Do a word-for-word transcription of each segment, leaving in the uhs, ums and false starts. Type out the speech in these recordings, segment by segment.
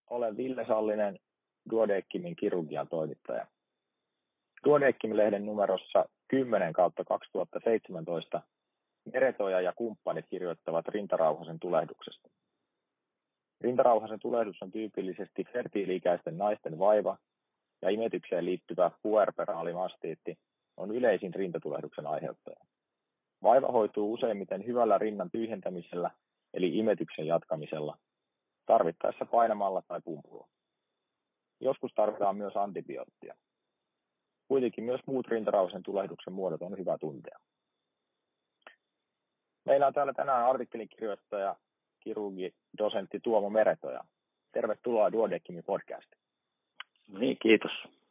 Olen Ville Sallinen, Duodecimin kirurgian toimittaja. Duodecim-lehden numerossa kymmenen kautta kaksituhattaseitsemäntoista Meretoja ja kumppanit kirjoittavat rintarauhasen tulehduksesta. Rintarauhasen tulehdus on tyypillisesti fertiili-ikäisten naisten vaiva ja imetykseen liittyvä puerperaalimastiitti on yleisin rintatulehduksen aiheuttaja. Vaiva hoituu useimmiten hyvällä rinnan tyhjentämisellä eli imetyksen jatkamisella, tarvittaessa painamalla tai pumpulla. Joskus tarvitaan myös antibioottia. Kuitenkin myös muut rintarauhasen tulehduksen muodot on hyvä tuntea. Meillä on täällä tänään artikkelikirjoittaja, kirurgi, dosentti Tuomo Meretoja. Tervetuloa Duodecimin podcastiin. Niin, kiitos.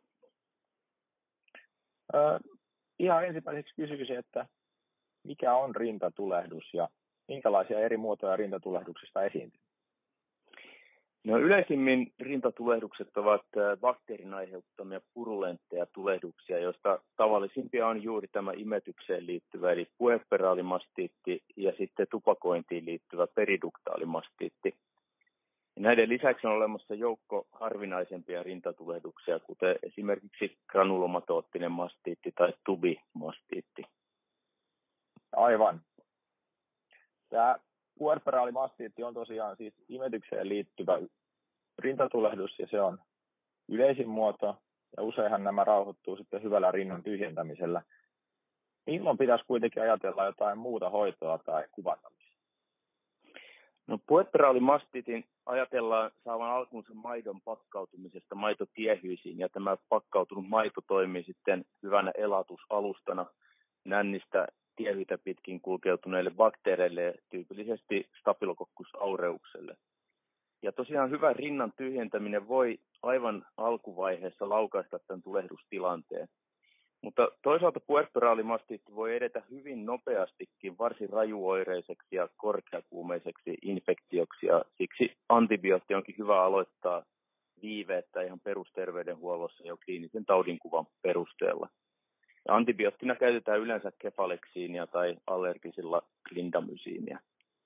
Ö, ihan ensimmäiseksi kysyisin, että mikä on rintatulehdus ja minkälaisia eri muotoja rintatulehduksista esiintyy? No, yleisimmin rintatulehdukset ovat bakteerin aiheuttamia purulentteja tulehduksia, joista tavallisimpia on juuri tämä imetykseen liittyvä eli puerperaalimastiitti ja sitten tupakointiin liittyvä periduktaalimastiitti. Näiden lisäksi on olemassa joukko harvinaisempia rintatulehduksia, kuten esimerkiksi granulomatoottinen mastiitti tai tubimastiitti. Aivan. Tämä puerperaalimastiitti on tosiaan siis imetykseen liittyvä rintatulehdus ja se on yleisin muoto ja useinhan nämä rauhoittuu sitten hyvällä rinnan tyhjentämisellä. Milloin pitäisi kuitenkin ajatella jotain muuta hoitoa tai kuvantamista? No, puerperaalimastiitin ajatellaan saavan alkunsa maidon pakkautumisesta maitotiehyisiin ja tämä pakkautunut maito toimii sitten hyvänä elatusalustana nännistä tiehyitä pitkin kulkeutuneille bakteereille ja tyypillisesti Staphylococcus aureukselle. Ja tosiaan hyvä rinnan tyhjentäminen voi aivan alkuvaiheessa laukaista tämän tulehdustilanteen. Mutta toisaalta puerperaalimastiitti voi edetä hyvin nopeastikin varsin rajuoireiseksi ja korkeakuumeiseksi infektioksi ja siksi antibiootti onkin hyvä aloittaa viiveettä ihan perusterveydenhuollossa jo kliinisen taudinkuvan perusteella. Ja antibioottina käytetään yleensä kefaleksiiniä tai allergisilla klindamysiiniä.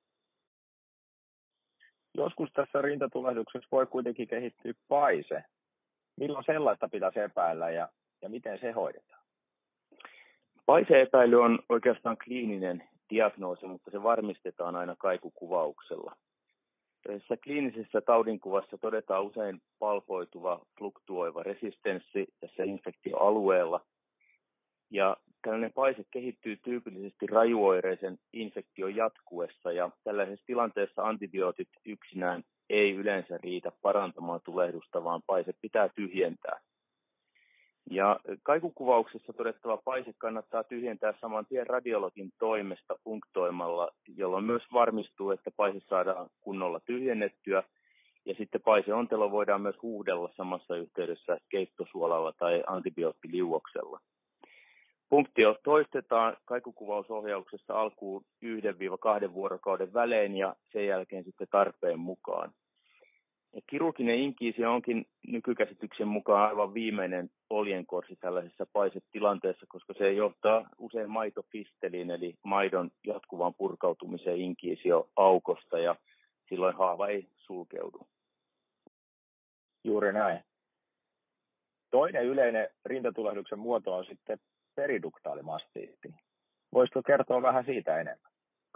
Joskus tässä rintatulehduksessa voi kuitenkin kehittyä paise. Milloin sellaista pitäisi epäillä ja, ja miten se hoidetaan? Paiseepäily on oikeastaan kliininen diagnoosi, mutta se varmistetaan aina kaikukuvauksella. Tässä kliinisessä taudinkuvassa todetaan usein palpoituva fluktuoiva resistenssi tässä infektioalueella. Ja tällainen paise kehittyy tyypillisesti rajuoireisen infektion jatkuessa ja tällaisessa tilanteessa antibiootit yksinään ei yleensä riitä parantamaan tulehdusta, vaan paise pitää tyhjentää. Ja kaikukuvauksessa todettava paise kannattaa tyhjentää saman tien radiologin toimesta punktoimalla, jolloin myös varmistuu, että paise saadaan kunnolla tyhjennettyä. Ja sitten paiseontelo voidaan myös huuhdella samassa yhteydessä keittosuolalla tai antibioottiliuoksella. Punktio toistetaan kaikukuvausohjauksessa alkuun yhden viiva kahden vuorokauden välein ja sen jälkeen sitten tarpeen mukaan. Ja kirurginen inkiisio onkin nykykäsityksen mukaan aivan viimeinen oljenkorsi tällaisessa paisetilanteessa, koska se johtaa usein maitofisteliin eli maidon jatkuvaan purkautumiseen inkiisio-aukosta ja silloin haava ei sulkeudu. Juuri näin. Toinen yleinen rintatulehduksen muoto on sitten periduktaalimastiitti. Voisitko kertoa vähän siitä enemmän?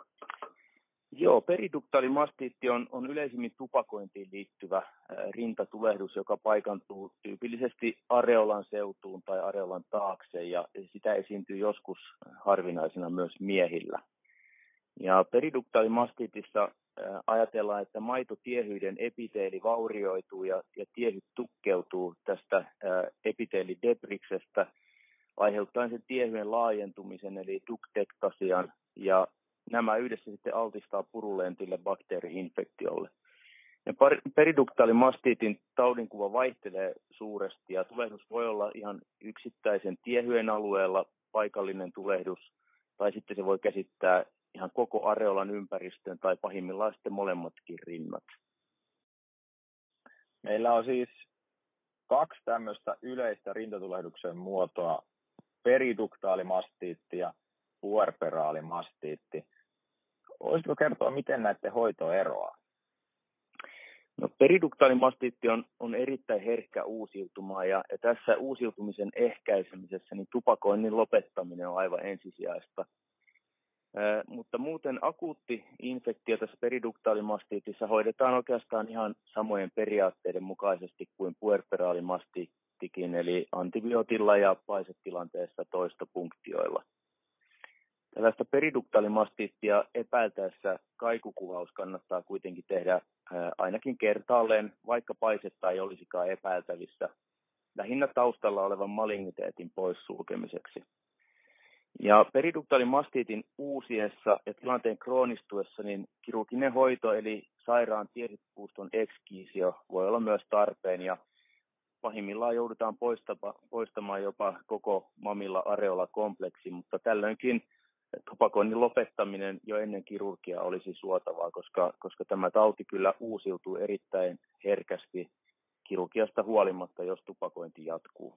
Joo, periduktaalimastiitti on, on yleisimmin tupakointiin liittyvä ä, rintatulehdus, joka paikantuu tyypillisesti areolan seutuun tai areolan taakse, ja sitä esiintyy joskus harvinaisena myös miehillä. Ja periduktaalimastiitissa ä, ajatellaan, että maitotiehyyden epiteeli vaurioituu ja, ja tiehyt tukkeutuu tästä ä, epiteelidebriksestä, aiheuttaen sen tiehyen laajentumisen eli duktektasian ja nämä yhdessä sitten altistaa purulentille bakteeri-infektiolle. Ja periduktaalimastiitin taudinkuva vaihtelee suuresti ja tulehdus voi olla ihan yksittäisen tiehyen alueella paikallinen tulehdus tai sitten se voi käsittää ihan koko areolan ympäristön tai pahimmillaan sitten molemmatkin rinnat. Meillä on siis kaksi tämmöistä yleistä rintatulehduksen muotoa, periduktaalimastiitti ja puerperaalimastiitti. Voisitko kertoa, miten näiden hoito eroaa? No, periduktaalimastiitti on, on erittäin herkkä uusiutumaan ja, ja tässä uusiutumisen ehkäisemisessä niin tupakoinnin lopettaminen on aivan ensisijaista. Ää, mutta muuten akuutti infektio tässä periduktaalimastiitissa hoidetaan oikeastaan ihan samojen periaatteiden mukaisesti kuin puerperaalimastiittikin, eli antibiootilla ja paisetilanteessa toistopunktioilla. Tällaista periduktaalimastiittia epäiltäessä kaikukuvaus kannattaa kuitenkin tehdä ää, ainakin kertaalleen, vaikka paisetta ei olisikaan epäiltävissä, lähinnä taustalla olevan maligniteetin poissulkemiseksi. Ja periduktaalimastiitin uusiessa ja tilanteen kroonistuessa niin kirurginen hoito eli sairaan tiedispuuston ekskiisio voi olla myös tarpeen ja pahimmillaan joudutaan poistamaan jopa koko mamilla areola kompleksi, mutta tällöinkin tupakoinnin lopettaminen jo ennen kirurgiaa olisi suotavaa, koska, koska tämä tauti kyllä uusiutuu erittäin herkästi kirurgiasta huolimatta, jos tupakointi jatkuu.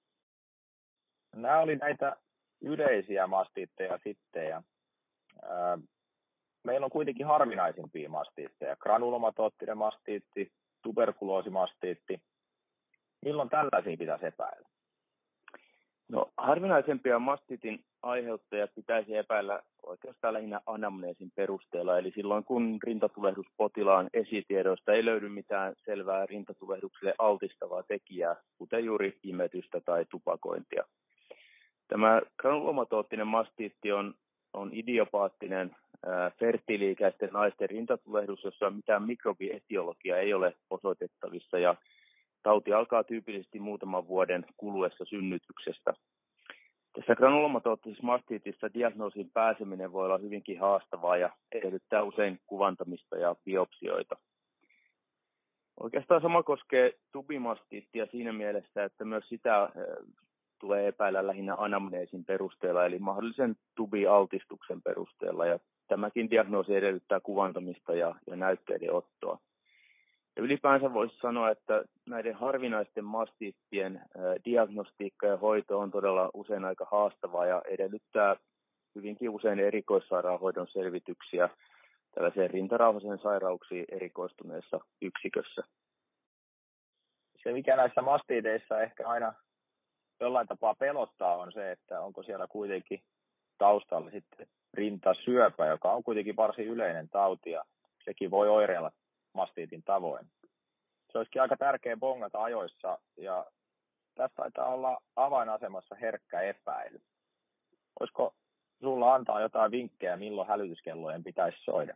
Nämä oli näitä yleisiä mastiitteja sitten. Ja, ää, meillä on kuitenkin harvinaisimpia mastiitteja. Granulomatoottinen mastiitti, tuberkuloosimastiitti. Milloin tällaisia pitäisi epäillä? No, harvinaisempia mastiitin aiheuttajia pitäisi epäillä oikeastaan lähinnä anamneesin perusteella, eli silloin kun rintatulehdusppotilaan esitiedoista ei löydy mitään selvää rintatulehdukselle altistavaa tekijää, kuten juuri imetystä tai tupakointia. Tämä granulomatoottinen mastiitti on, on idiopaattinen ää, fertiili-ikäisten naisten rintatulehdus, jossa mitään mikrobietiologiaa ei ole osoitettavissa ja tauti alkaa tyypillisesti muutaman vuoden kuluessa synnytyksestä. Tässä granulomatoottisessa mastiitissa diagnoosiin pääseminen voi olla hyvinkin haastavaa ja edellyttää usein kuvantamista ja biopsioita. Oikeastaan sama koskee tubimastiittia siinä mielessä, että myös sitä tulee epäillä lähinnä anamneesin perusteella, eli mahdollisen tubialtistuksen perusteella. Ja tämäkin diagnoosi edellyttää kuvantamista ja, ja näytteiden ottoa. Ja ylipäänsä voisi sanoa, että näiden harvinaisten mastiittien diagnostiikka ja hoito on todella usein aika haastavaa ja edellyttää hyvinkin usein erikoissairaanhoidon selvityksiä tällaiseen rintarauhaseen sairauksiin erikoistuneessa yksikössä. Se, mikä näissä mastiiteissa ehkä aina jollain tapaa pelottaa, on se, että onko siellä kuitenkin taustalla sitten rintasyöpä, joka on kuitenkin varsin yleinen tauti ja sekin voi oireilla mastiitin tavoin. Se olisikin aika tärkeä bongata ajoissa ja tässä taitaa olla avainasemassa herkkä epäily. Olisiko sulla antaa jotain vinkkejä, milloin hälytyskellojen pitäisi soida?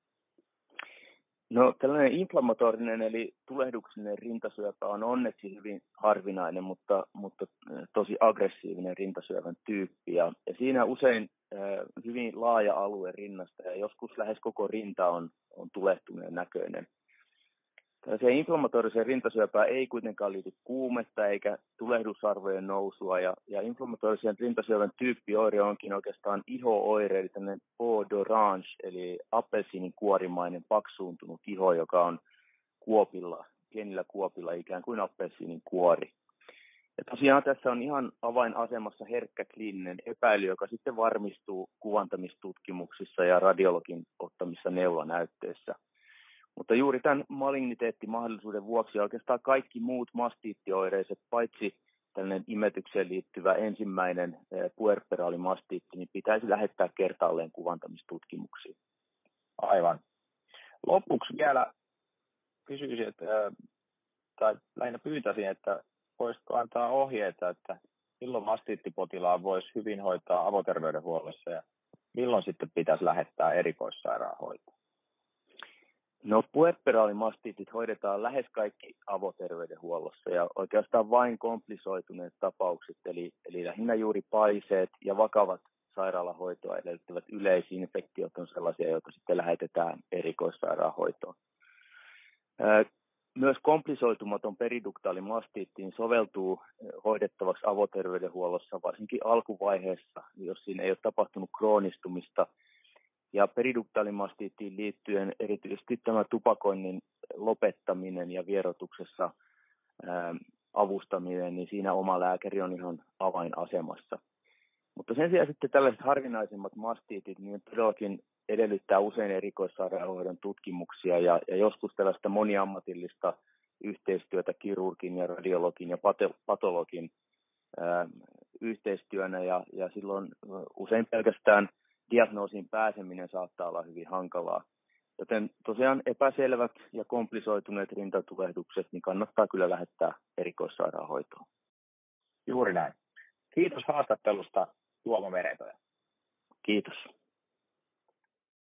No, tällainen inflammatorinen eli tulehduksellinen rintasyöpä on onneksi hyvin harvinainen, mutta, mutta tosi aggressiivinen rintasyövän tyyppi. Ja, ja siinä usein äh, hyvin laaja alue rinnasta ja joskus lähes koko rinta on, on tulehtuneen näköinen. Tällaiseen inflammatoriseen rintasyöpään ei kuitenkaan liity kuumetta eikä tulehdusarvojen nousua. Ja, ja inflammatorisen rintasyövän tyyppioire onkin oikeastaan iho-oire, eli tämmöinen peau d'orange, eli appelsiinin kuorimainen paksuuntunut iho, joka on kuopilla, pienillä kuopilla ikään kuin appelsiinin kuori. Ja tosiaan tässä on ihan avainasemassa herkkä kliininen epäily, joka sitten varmistuu kuvantamistutkimuksissa ja radiologin ottamissa neulanäytteissä. Mutta juuri tämän maligniteettimahdollisuuden vuoksi oikeastaan kaikki muut mastiittioireiset, paitsi tällainen imetykseen liittyvä ensimmäinen puerperaalimastiitti, niin pitäisi lähettää kertaalleen kuvantamistutkimuksiin. Aivan. Lopuksi vielä kysyisin, että, tai lähinnä pyytäisin, että voisitko antaa ohjeita, että milloin mastiittipotilaan voisi hyvin hoitaa avoterveydenhuollossa ja milloin sitten pitäisi lähettää erikoissairaanhoitoon? No, puerperaalimastiitit hoidetaan lähes kaikki avoterveydenhuollossa ja oikeastaan vain komplisoituneet tapaukset, eli, eli lähinnä juuri paiseet ja vakavat sairaalahoitoa edellyttävät yleisinfektiot on sellaisia, joita sitten lähetetään erikoissairaanhoitoon. Myös komplisoitumaton periduktaalimastiittiin soveltuu hoidettavaksi avoterveydenhuollossa varsinkin alkuvaiheessa, jos siinä ei ole tapahtunut kroonistumista. Ja periduktaalimastiittiin liittyen erityisesti tämä tupakoinnin lopettaminen ja vierotuksessa ää, avustaminen, niin siinä oma lääkäri on ihan avainasemassa. Mutta sen sijaan sitten tällaiset harvinaisemmat mastiitit, niin todellakin edellyttää usein erikoissairaanhoidon tutkimuksia ja, ja joskus tällaista moniammatillista yhteistyötä kirurgin ja radiologin ja patologin ää, yhteistyönä ja, ja silloin usein pelkästään diagnoosiin pääseminen saattaa olla hyvin hankalaa. Joten tosiaan epäselvät ja komplisoituneet rintatulehdukset niin kannattaa kyllä lähettää erikoissairaanhoitoon. Juuri näin. Kiitos haastattelusta, Tuomo Meretoja. Kiitos.